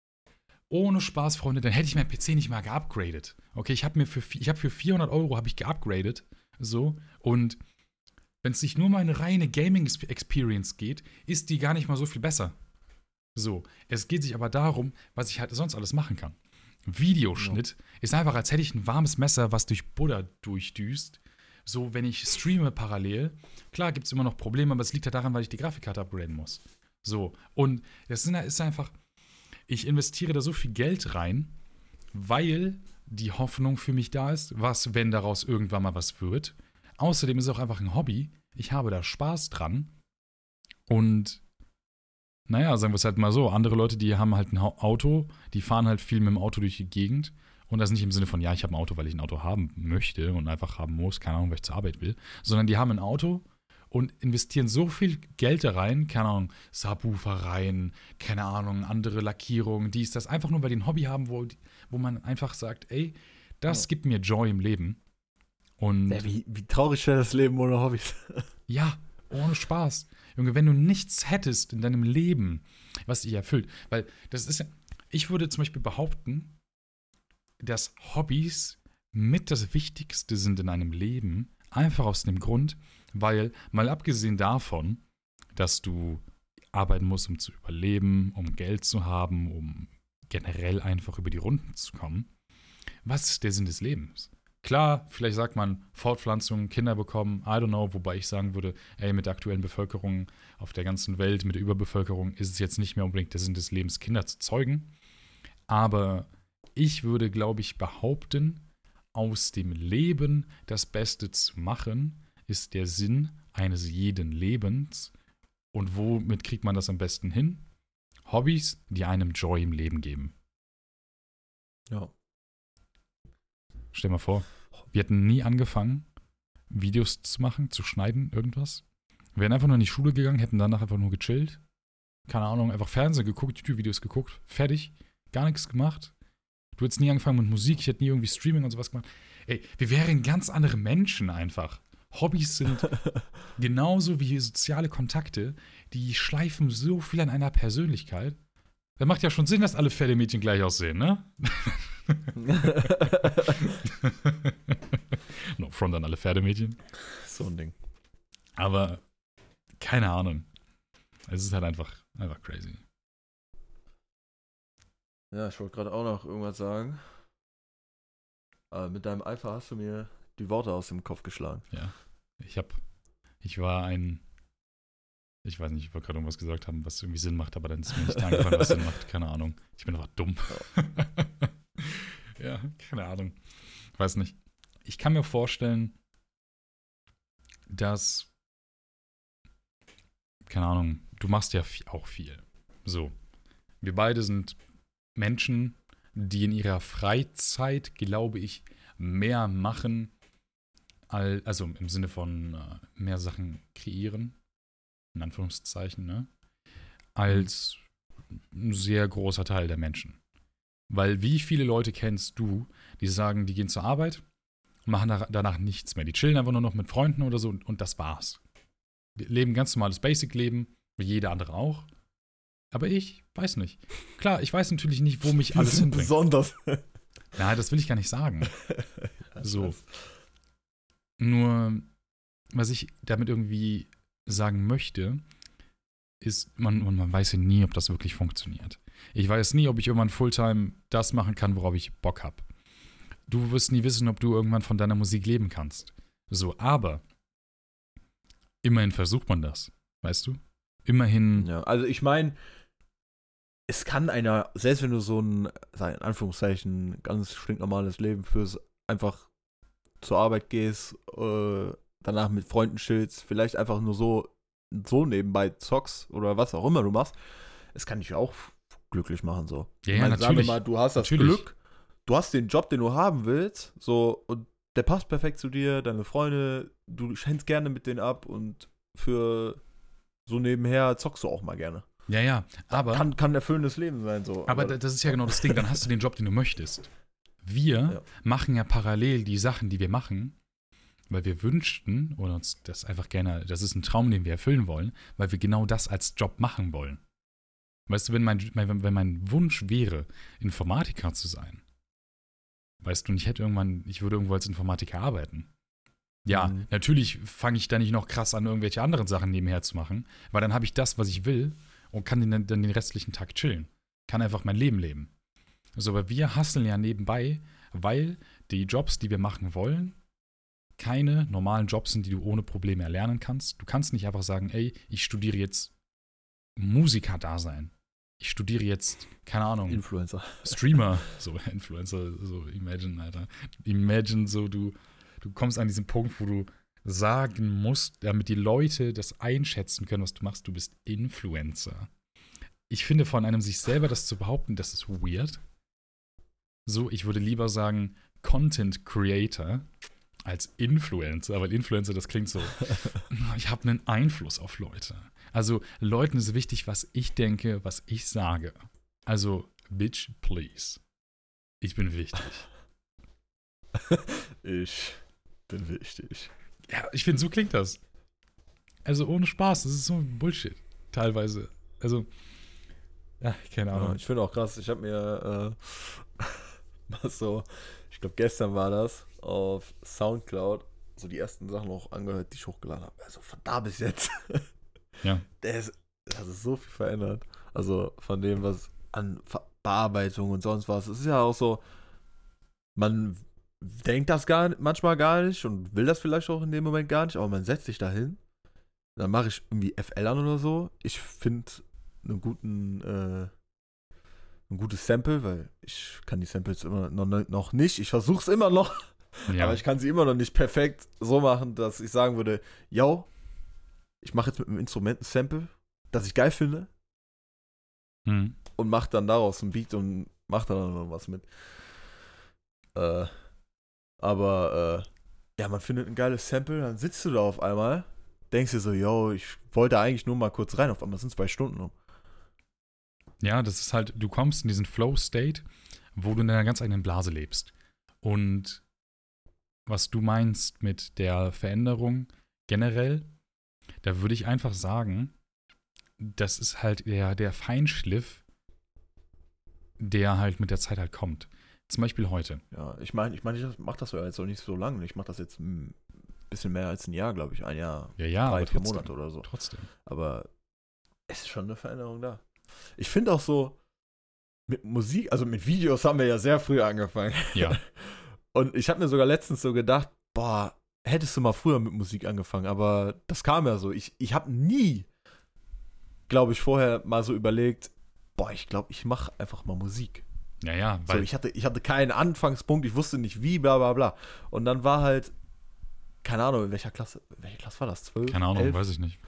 ohne Spaß, Freunde, dann hätte ich meinen P C nicht mal geupgradet. Okay, ich habe mir für, ich habe für vierhundert Euro habe ich geupgradet, so, und wenn es sich nur um eine reine Gaming-Experience geht, ist die gar nicht mal so viel besser. So, es geht sich aber darum, was ich halt sonst alles machen kann. Videoschnitt ja. ist einfach, als hätte ich ein warmes Messer, was durch Butter durchdüst. So, wenn ich streame parallel, klar gibt es immer noch Probleme, aber es liegt ja daran, weil ich die Grafikkarte upgraden muss. So, und das ist einfach, ich investiere da so viel Geld rein, weil die Hoffnung für mich da ist, was, wenn daraus irgendwann mal was wird. Außerdem ist es auch einfach ein Hobby. Ich habe da Spaß dran. Und naja, sagen wir es halt mal so, andere Leute, die haben halt ein Auto, die fahren halt viel mit dem Auto durch die Gegend. Und das nicht im Sinne von, ja, ich habe ein Auto, weil ich ein Auto haben möchte und einfach haben muss, keine Ahnung, weil ich zur Arbeit will. Sondern die haben ein Auto und investieren so viel Geld da rein, keine Ahnung, Subwoofer rein, keine Ahnung, andere Lackierungen, dies, das, einfach nur, weil die ein Hobby haben, wo, wo man einfach sagt, ey, das ja. gibt mir Joy im Leben. Und ja, wie, wie traurig wäre das Leben ohne Hobbys. Ja, ohne Spaß. Junge, wenn du nichts hättest in deinem Leben, was dich erfüllt, weil das ist ja, ich würde zum Beispiel behaupten, dass Hobbys mit das Wichtigste sind in einem Leben, einfach aus dem Grund, weil, mal abgesehen davon, dass du arbeiten musst, um zu überleben, um Geld zu haben, um generell einfach über die Runden zu kommen. Was ist der Sinn des Lebens? Klar, vielleicht sagt man Fortpflanzung, Kinder bekommen, I don't know, wobei ich sagen würde, ey, mit der aktuellen Bevölkerung auf der ganzen Welt, mit der Überbevölkerung ist es jetzt nicht mehr unbedingt der Sinn des Lebens, Kinder zu zeugen. Aber ich würde, glaube ich, behaupten, aus dem Leben das Beste zu machen, ist der Sinn eines jeden Lebens. Und womit kriegt man das am besten hin? Hobbys, die einem Joy im Leben geben. Ja. Stell mal vor, wir hätten nie angefangen, Videos zu machen, zu schneiden, irgendwas. Wir wären einfach nur in die Schule gegangen, hätten danach einfach nur gechillt. Keine Ahnung, einfach Fernsehen geguckt, YouTube-Videos geguckt, fertig, gar nichts gemacht. Du hättest nie angefangen mit Musik, ich hätte nie irgendwie Streaming und sowas gemacht. Ey, wir wären ganz andere Menschen einfach. Hobbys sind genauso wie soziale Kontakte, die schleifen so viel an einer Persönlichkeit. Das macht ja schon Sinn, dass alle Pferdemädchen gleich aussehen, ne? No front an alle Pferdemädchen. So ein Ding. Aber keine Ahnung. Es ist halt einfach, einfach crazy. Ja, ich wollte gerade auch noch irgendwas sagen. Aber mit deinem Eifer hast du mir die Worte aus dem Kopf geschlagen. Ja. Ich hab, ich war ein, ich weiß nicht, ich wollte gerade irgendwas gesagt haben, was irgendwie Sinn macht, aber dann ist mir nicht eingefallen, was Sinn macht. Keine Ahnung. Ich bin einfach dumm. Ja, keine Ahnung. Weiß nicht. Ich kann mir vorstellen, dass, keine Ahnung, du machst ja auch viel. So. Wir beide sind Menschen, die in ihrer Freizeit, glaube ich, mehr machen, also im Sinne von äh, mehr Sachen kreieren, in Anführungszeichen, ne, als ein sehr großer Teil der Menschen. Weil wie viele Leute kennst du, die sagen, die gehen zur Arbeit und machen danach nichts mehr. Die chillen einfach nur noch mit Freunden oder so und, und das war's. Die leben ein ganz normales Basic-Leben, wie jeder andere auch. Aber ich weiß nicht. Klar, ich weiß natürlich nicht, wo mich alles hinbringt. Besonders. Nein, das will ich gar nicht sagen. So. Nur, was ich damit irgendwie sagen möchte, ist, man, man weiß ja nie, ob das wirklich funktioniert. Ich weiß nie, ob ich irgendwann Fulltime das machen kann, worauf ich Bock habe. Du wirst nie wissen, ob du irgendwann von deiner Musik leben kannst. So, aber immerhin versucht man das, weißt du? Immerhin. Ja, also ich meine, es kann einer, selbst wenn du so ein, in Anführungszeichen, ganz stinknormales Leben führst, einfach zur Arbeit gehst, äh, danach mit Freunden chillst, vielleicht einfach nur so, so nebenbei zockst oder was auch immer du machst, es kann dich auch glücklich machen, so. Ja, ich ja, meine, natürlich. Sagen wir mal, du hast das natürlich. Glück, du hast den Job, den du haben willst, so, und der passt perfekt zu dir, deine Freunde, du hängst gerne mit denen ab und für so nebenher zockst du auch mal gerne. Ja, ja, aber Kann, kann ein erfüllendes Leben sein, so. Aber, aber das ist ja genau das Ding, dann hast du den Job, den du möchtest. Wir ja. machen ja parallel die Sachen, die wir machen, weil wir wünschten oder uns das einfach gerne, das ist ein Traum, den wir erfüllen wollen, weil wir genau das als Job machen wollen. Weißt du, wenn mein, wenn mein Wunsch wäre, Informatiker zu sein, weißt du, und ich hätte irgendwann, ich würde irgendwo als Informatiker arbeiten. Ja, mhm. Natürlich fange ich da nicht noch krass an, irgendwelche anderen Sachen nebenher zu machen, weil dann habe ich das, was ich will und kann den, dann den restlichen Tag chillen. Kann einfach mein Leben leben. Also, aber wir hustlen ja nebenbei, weil die Jobs, die wir machen wollen, keine normalen Jobs sind, die du ohne Probleme erlernen kannst. Du kannst nicht einfach sagen, ey, ich studiere jetzt Musiker-Dasein. Ich studiere jetzt, keine Ahnung. Influencer. Streamer. So, Influencer, so, imagine, Alter. Imagine so, du, du kommst an diesen Punkt, wo du sagen musst, damit die Leute das einschätzen können, was du machst, du bist Influencer. Ich finde, von einem sich selber das zu behaupten, das ist weird. So, ich würde lieber sagen Content Creator als Influencer, weil Influencer, das klingt so, ich habe einen Einfluss auf Leute. Also, Leuten ist wichtig, was ich denke, was ich sage. Also, bitch, please. Ich bin wichtig. Ich bin wichtig. Ja, ich finde, so klingt das. Also, ohne Spaß, das ist so Bullshit, teilweise. Also, ja, keine Ahnung. Ja, ich finde auch krass, ich habe mir äh, was so, ich glaube gestern war das, auf Soundcloud so die ersten Sachen auch angehört, die ich hochgeladen habe. Also von da bis jetzt. Ja. Der ist, das ist so viel verändert. Also von dem, was an Ver- Bearbeitung und sonst was. Es ist ja auch so, man denkt das gar manchmal gar nicht und will das vielleicht auch in dem Moment gar nicht, aber man setzt sich da hin. Dann mache ich irgendwie F L an oder so. Ich finde einen guten, äh, ein gutes Sample, weil ich kann die Samples immer noch, noch nicht. Ich versuche es immer noch, Ja. aber ich kann sie immer noch nicht perfekt so machen, dass ich sagen würde, yo, ich mache jetzt mit einem Instrument ein Sample, das ich geil finde Mhm. und mache dann daraus ein Beat und mache dann noch was mit. Äh, aber äh, ja, man findet ein geiles Sample, dann sitzt du da auf einmal, denkst dir so, yo, ich wollte eigentlich nur mal kurz rein, auf einmal sind zwei Stunden um. Ja, das ist halt, du kommst in diesen Flow-State, wo du in deiner ganz eigenen Blase lebst. Und was du meinst mit der Veränderung generell, da würde ich einfach sagen, das ist halt der, der Feinschliff, der halt mit der Zeit halt kommt. Zum Beispiel heute. Ja, ich meine, ich meine, ich mache das ja jetzt auch nicht so lange. Ich mache das jetzt ein bisschen mehr als ein Jahr, glaube ich. Ein Jahr, Ja, ja, drei, aber vier trotzdem, Monate oder so. Trotzdem. Aber es ist schon eine Veränderung da. Ich finde auch so, mit Musik, also mit Videos haben wir ja sehr früh angefangen. Ja. Und ich habe mir sogar letztens so gedacht, boah, hättest du mal früher mit Musik angefangen. Aber das kam ja so. Ich, ich habe nie, glaube ich, vorher mal so überlegt, boah, ich glaube, ich mache einfach mal Musik. Ja, ja, So, weil ich hatte, ich hatte keinen Anfangspunkt, ich wusste nicht wie, bla bla bla. Und dann war halt, keine Ahnung, in welcher Klasse, welche Klasse war das? zwölf? keine Ahnung, elf? weiß ich nicht.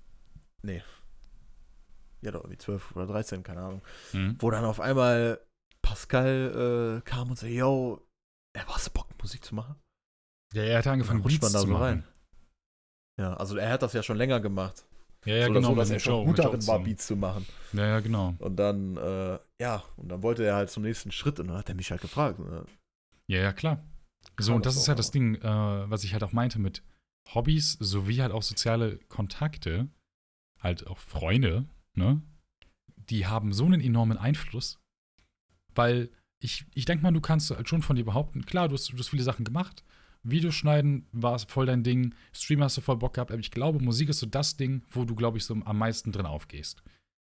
Ja, doch, irgendwie zwölf oder dreizehn, keine Ahnung. Mhm. Wo dann auf einmal Pascal äh, kam und so, yo, ey, hast du Bock, Musik zu machen? Ja, er hat angefangen, Dann rutscht Beats man da zu so machen. rein. Ja, also er hat das ja schon länger gemacht. Ja, ja, so, genau, so, mit dass dem er schon Joe, gut mit darin Joe war, zusammen. Beats zu machen. Ja, ja, genau. Und dann, äh, ja, und dann wollte er halt zum nächsten Schritt und dann hat er mich halt gefragt. Ne? Ja, ja, klar. So, Kam und das das ist auch halt das aber. Ding, äh, was ich halt auch meinte mit Hobbys sowie halt auch soziale Kontakte, halt auch Freunde, ne? Die haben so einen enormen Einfluss, weil ich, ich denke mal, du kannst halt schon von dir behaupten, klar, du hast, du hast viele Sachen gemacht, Videos schneiden war voll dein Ding, Stream hast du voll Bock gehabt, aber ich glaube, Musik ist so das Ding, wo du, glaube ich, so am meisten drin aufgehst.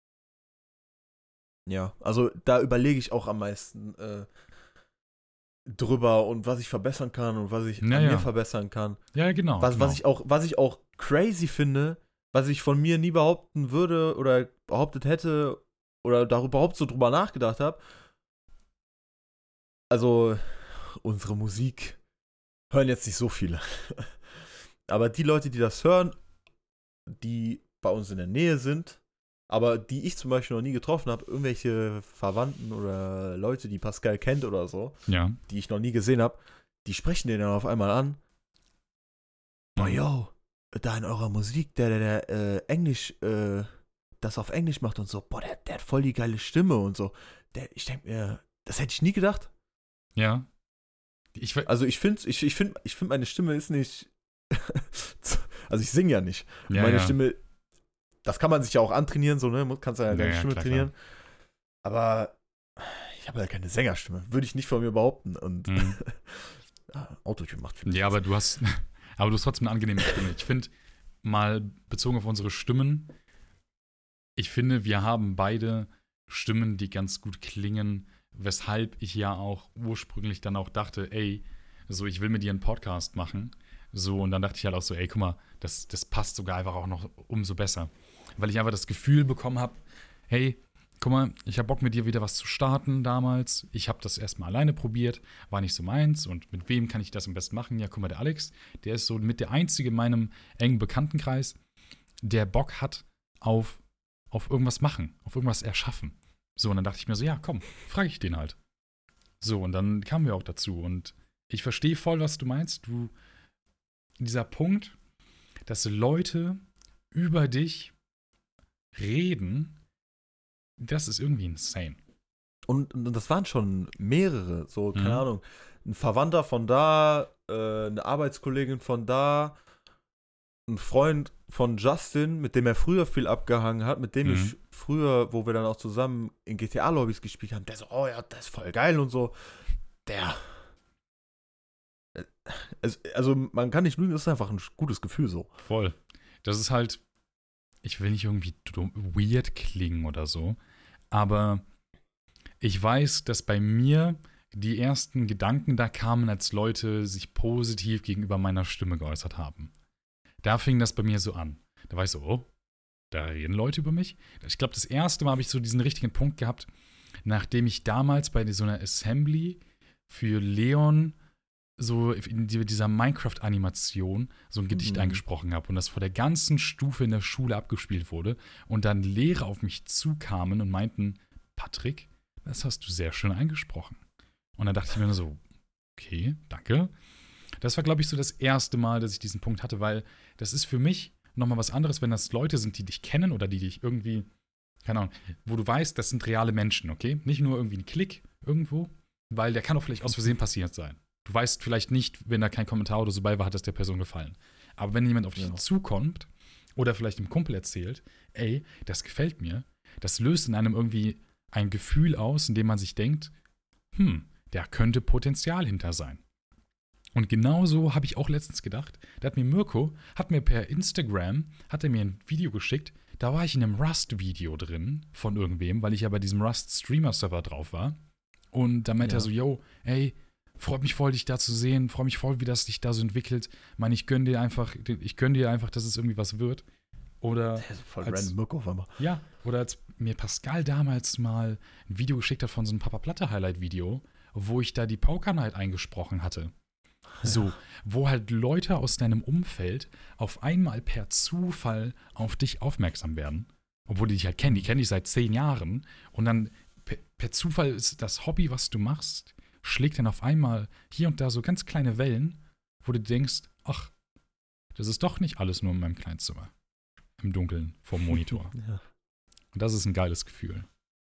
Ja, also da überlege ich auch am meisten äh, drüber und was ich verbessern kann und was ich Ja, an ja. mir verbessern kann. Ja, genau. Was, genau. was, ich auch, was ich auch crazy finde, was ich von mir nie behaupten würde oder behauptet hätte oder darüber überhaupt so drüber nachgedacht habe. Also, unsere Musik hören jetzt nicht so viele. Aber die Leute, die das hören, die bei uns in der Nähe sind, aber die ich zum Beispiel noch nie getroffen habe, irgendwelche Verwandten oder Leute, die Pascal kennt oder so, Ja. die ich noch nie gesehen habe, die sprechen den dann auf einmal an. Boah, yo, da in eurer Musik, der, der, der äh, Englisch, äh, das auf Englisch macht und so, boah, der, der hat voll die geile Stimme und so. Der, ich denke mir, das hätte ich nie gedacht. Ja. Ich, we- Also ich finde, ich, ich finde, ich finde, meine Stimme ist nicht, also ich singe ja nicht. ja, meine ja. Stimme, das kann man sich ja auch antrainieren, so, ne, Muss- kannst ja Ja, deine ja, Stimme klar, trainieren. Aber ich habe ja keine Sängerstimme, würde ich nicht von mir behaupten. Und Mhm. ja, Autotune macht viel Ja, aber du hast, aber du hast trotzdem eine angenehme Stimme. Ich finde, mal bezogen auf unsere Stimmen, ich finde, wir haben beide Stimmen, die ganz gut klingen, weshalb ich ja auch ursprünglich dann auch dachte, ey, so, ich will mit dir einen Podcast machen. So, und dann dachte ich halt auch so, ey, guck mal, das, das passt sogar einfach auch noch umso besser. Weil ich einfach das Gefühl bekommen habe, hey, guck mal, ich habe Bock mit dir wieder was zu starten damals. Ich habe das erstmal alleine probiert, war nicht so meins. Und mit wem kann ich das am besten machen? Ja, guck mal, der Alex, der ist so mit der Einzige in meinem engen Bekanntenkreis, der Bock hat auf, auf irgendwas machen, auf irgendwas erschaffen. So, und dann dachte ich mir so, ja, komm, frage ich den halt. So, und dann kamen wir auch dazu. Und ich verstehe voll, was du meinst. Du, dieser Punkt, dass Leute über dich reden, das ist irgendwie insane. Und, und das waren schon mehrere, so, keine Mhm. Ahnung, ein Verwandter von da, äh, eine Arbeitskollegin von da, ein Freund von Justin, mit dem er früher viel abgehangen hat, mit dem Mhm. ich früher, wo wir dann auch zusammen in G T A-Lobbys gespielt haben, der so, oh ja, das ist voll geil und so. Der. Also, also man kann nicht lügen, das ist einfach ein gutes Gefühl so. Voll. Das ist halt, ich will nicht irgendwie weird klingen oder so, aber ich weiß, dass bei mir die ersten Gedanken da kamen, als Leute sich positiv gegenüber meiner Stimme geäußert haben. Da fing das bei mir so an. Da war ich so, oh, da reden Leute über mich. Ich glaube, das erste Mal habe ich so diesen richtigen Punkt gehabt, nachdem ich damals bei so einer Assembly für Leon so in dieser Minecraft-Animation so ein Gedicht mhm. eingesprochen habe und das vor der ganzen Stufe in der Schule abgespielt wurde und dann Lehrer auf mich zukamen und meinten, Patrick, das hast du sehr schön eingesprochen. Und dann dachte ich mir nur so, okay, danke. Das war, glaube ich, so das erste Mal, dass ich diesen Punkt hatte, weil das ist für mich nochmal was anderes, wenn das Leute sind, die dich kennen oder die dich irgendwie, keine Ahnung, wo du weißt, das sind reale Menschen, okay? Nicht nur irgendwie ein Klick irgendwo, weil der kann auch vielleicht aus Versehen passiert sein. Du weißt vielleicht nicht, wenn da kein Kommentar oder so bei war, hat das der Person gefallen. Aber wenn jemand auf dich ja. zukommt oder vielleicht einem Kumpel erzählt, ey, das gefällt mir, das löst in einem irgendwie ein Gefühl aus, in dem man sich denkt, hm, da könnte Potenzial hinter sein. Und genauso habe ich auch letztens gedacht, da hat mir Mirko, hat mir per Instagram, hat er mir ein Video geschickt, da war ich in einem Rust-Video drin von irgendwem, weil ich ja bei diesem Rust-Streamer-Server drauf war. Und da meinte ja. er so, yo, ey, freut mich voll, dich da zu sehen, freut mich voll, wie das sich da so entwickelt. Ich meine, ich gönne dir einfach, ich gönne dir einfach, dass es irgendwie was wird. Oder der ist voll als, random Mirko auf einmal. Ja, oder als mir Pascal damals mal ein Video geschickt hat von so einem Papa-Platte-Highlight-Video, wo ich da die Pauker Night eingesprochen hatte. So, wo halt Leute aus deinem Umfeld auf einmal per Zufall auf dich aufmerksam werden. Obwohl die dich halt kennen, die kennen dich seit zehn Jahren. Und dann per, per Zufall ist das Hobby, was du machst, schlägt dann auf einmal hier und da so ganz kleine Wellen, wo du denkst, ach, das ist doch nicht alles nur in meinem Kleinzimmer. Im Dunkeln, vorm Monitor. Ja. Und das ist ein geiles Gefühl.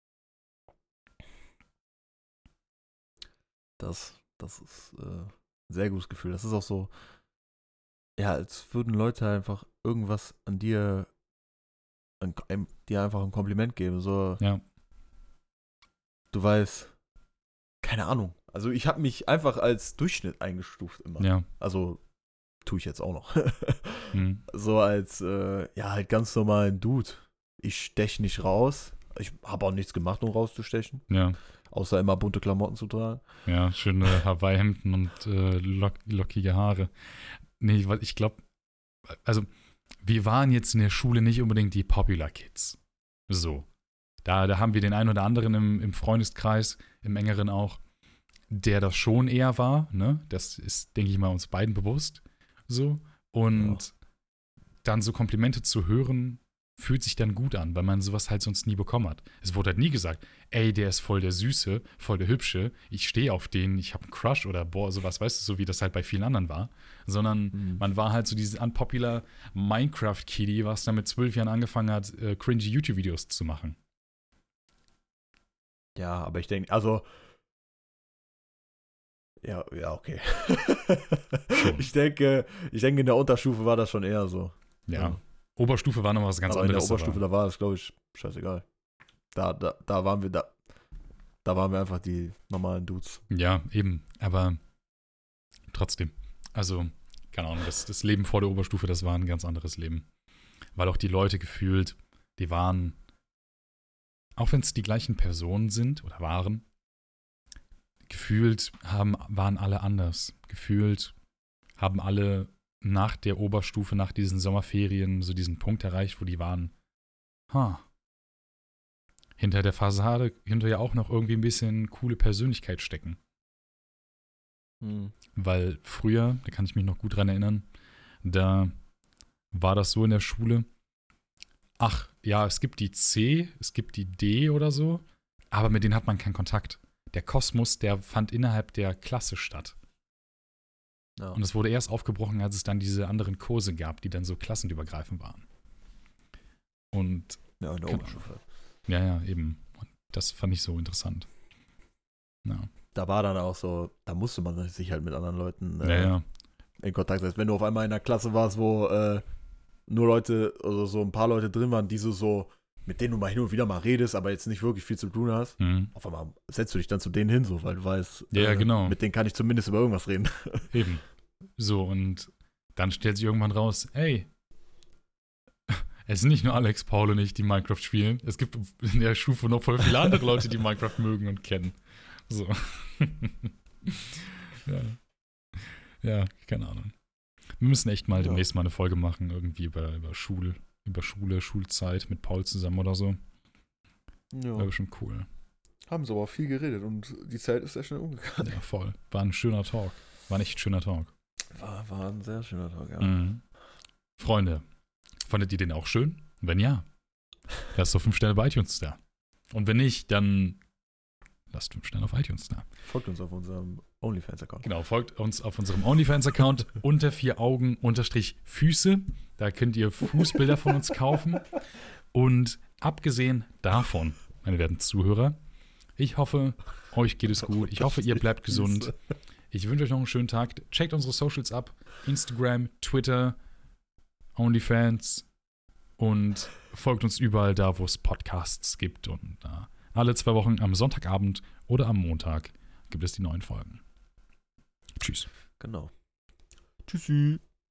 Das, das ist äh, ein sehr gutes Gefühl. Das ist auch so, ja, als würden Leute einfach irgendwas an dir, an, einem, dir einfach ein Kompliment geben. So, ja. Du weißt, keine Ahnung. Also ich habe mich einfach als Durchschnitt eingestuft immer. Ja. Also tue ich jetzt auch noch. mhm. So als, äh, ja, halt ganz normalen Dude. Ich steche nicht raus. Ich habe auch nichts gemacht, um rauszustechen. Ja. Außer immer bunte Klamotten zu tragen. Ja, schöne Hawaii-Hemden und äh, lock, lockige Haare. Nee, weil ich glaube, also wir waren jetzt in der Schule nicht unbedingt die Popular Kids. So. Da, da haben wir den einen oder anderen im, im Freundeskreis, im engeren auch, der das schon eher war. Ne? Das ist, denke ich mal, uns beiden bewusst. So. Und ja. dann so Komplimente zu hören, fühlt sich dann gut an, weil man sowas halt sonst nie bekommen hat. Es wurde halt nie gesagt, ey, der ist voll der Süße, voll der Hübsche, ich stehe auf den, ich habe einen Crush oder boah, sowas, weißt du, so wie das halt bei vielen anderen war. Sondern mhm. man war halt so dieses unpopular Minecraft-Kiddie, was dann mit zwölf Jahren angefangen hat, äh, cringy YouTube-Videos zu machen. Ja, aber ich denke, also ja, ja, okay. ich denke, ich denke, in der Unterstufe war das schon eher so. Ja. ja. Oberstufe war noch was ganz aber anderes. In der Oberstufe, aber. da war das, glaube ich, scheißegal. Da, da, da waren wir, da, da waren wir einfach die normalen Dudes. Ja, eben. Aber trotzdem. Also, keine Ahnung, das, das Leben vor der Oberstufe, das war ein ganz anderes Leben. Weil auch die Leute gefühlt, die waren, auch wenn es die gleichen Personen sind oder waren, gefühlt haben, waren alle anders. Gefühlt haben alle nach der Oberstufe, nach diesen Sommerferien so diesen Punkt erreicht, wo die waren, ha, hinter der Fassade, hinter ja auch noch irgendwie ein bisschen coole Persönlichkeit stecken. Hm. Weil früher, da kann ich mich noch gut dran erinnern, da war das so in der Schule, ach, ja, es gibt die C, es gibt die D oder so, aber mit denen hat man keinen Kontakt. Der Kosmos, der fand innerhalb der Klasse statt. Ja. Und es wurde erst aufgebrochen, als es dann diese anderen Kurse gab, die dann so klassenübergreifend waren. Und ja, in der Oberstufe. Ja, ja, eben. Und das fand ich so interessant. Ja. Da war dann auch so, da musste man sich halt mit anderen Leuten äh, ja, ja. in Kontakt setzen. Wenn du auf einmal in einer Klasse warst, wo äh, nur Leute, also so ein paar Leute drin waren, die so, so, mit denen du mal hin und wieder mal redest, aber jetzt nicht wirklich viel zu tun hast, mhm. auf einmal setzt du dich dann zu denen hin, so, weil du weißt, ja, äh, genau. mit denen kann ich zumindest über irgendwas reden. Eben. So, und dann stellt sich irgendwann raus, ey, Es sind nicht nur Alex, Paul und ich, die Minecraft spielen. Es gibt in der Stufe noch voll viele andere Leute, die Minecraft mögen und kennen. So. ja. ja, keine Ahnung. Wir müssen echt mal ja. demnächst mal eine Folge machen, irgendwie über, über Schule, über Schule, Schulzeit mit Paul zusammen oder so. Ja. Wäre bestimmt cool. Haben sie aber auch viel geredet und die Zeit ist sehr schnell umgegangen. Ja, voll. War ein schöner Talk. War nicht ein schöner Talk. War, war ein sehr schöner Talk, ja. Mhm. Freunde, fandet ihr den auch schön? Wenn ja, lasst doch fünf Sterne bei iTunes da. Und wenn nicht, dann lasst fünf Sterne auf iTunes da. Folgt uns auf unserem OnlyFans-Account. Genau, folgt uns auf unserem OnlyFans-Account unter vier Augen unterstrich Füße. Da könnt ihr Fußbilder von uns kaufen. Und abgesehen davon, meine werten Zuhörer, ich hoffe, euch geht es gut. Ich hoffe, ihr bleibt gesund. Ich wünsche euch noch einen schönen Tag. Checkt unsere Socials ab. Instagram, Twitter, OnlyFans und folgt uns überall da, wo es Podcasts gibt. Und uh, alle zwei Wochen am Sonntagabend oder am Montag gibt es die neuen Folgen. Tschüss. Genau. Tschüssi.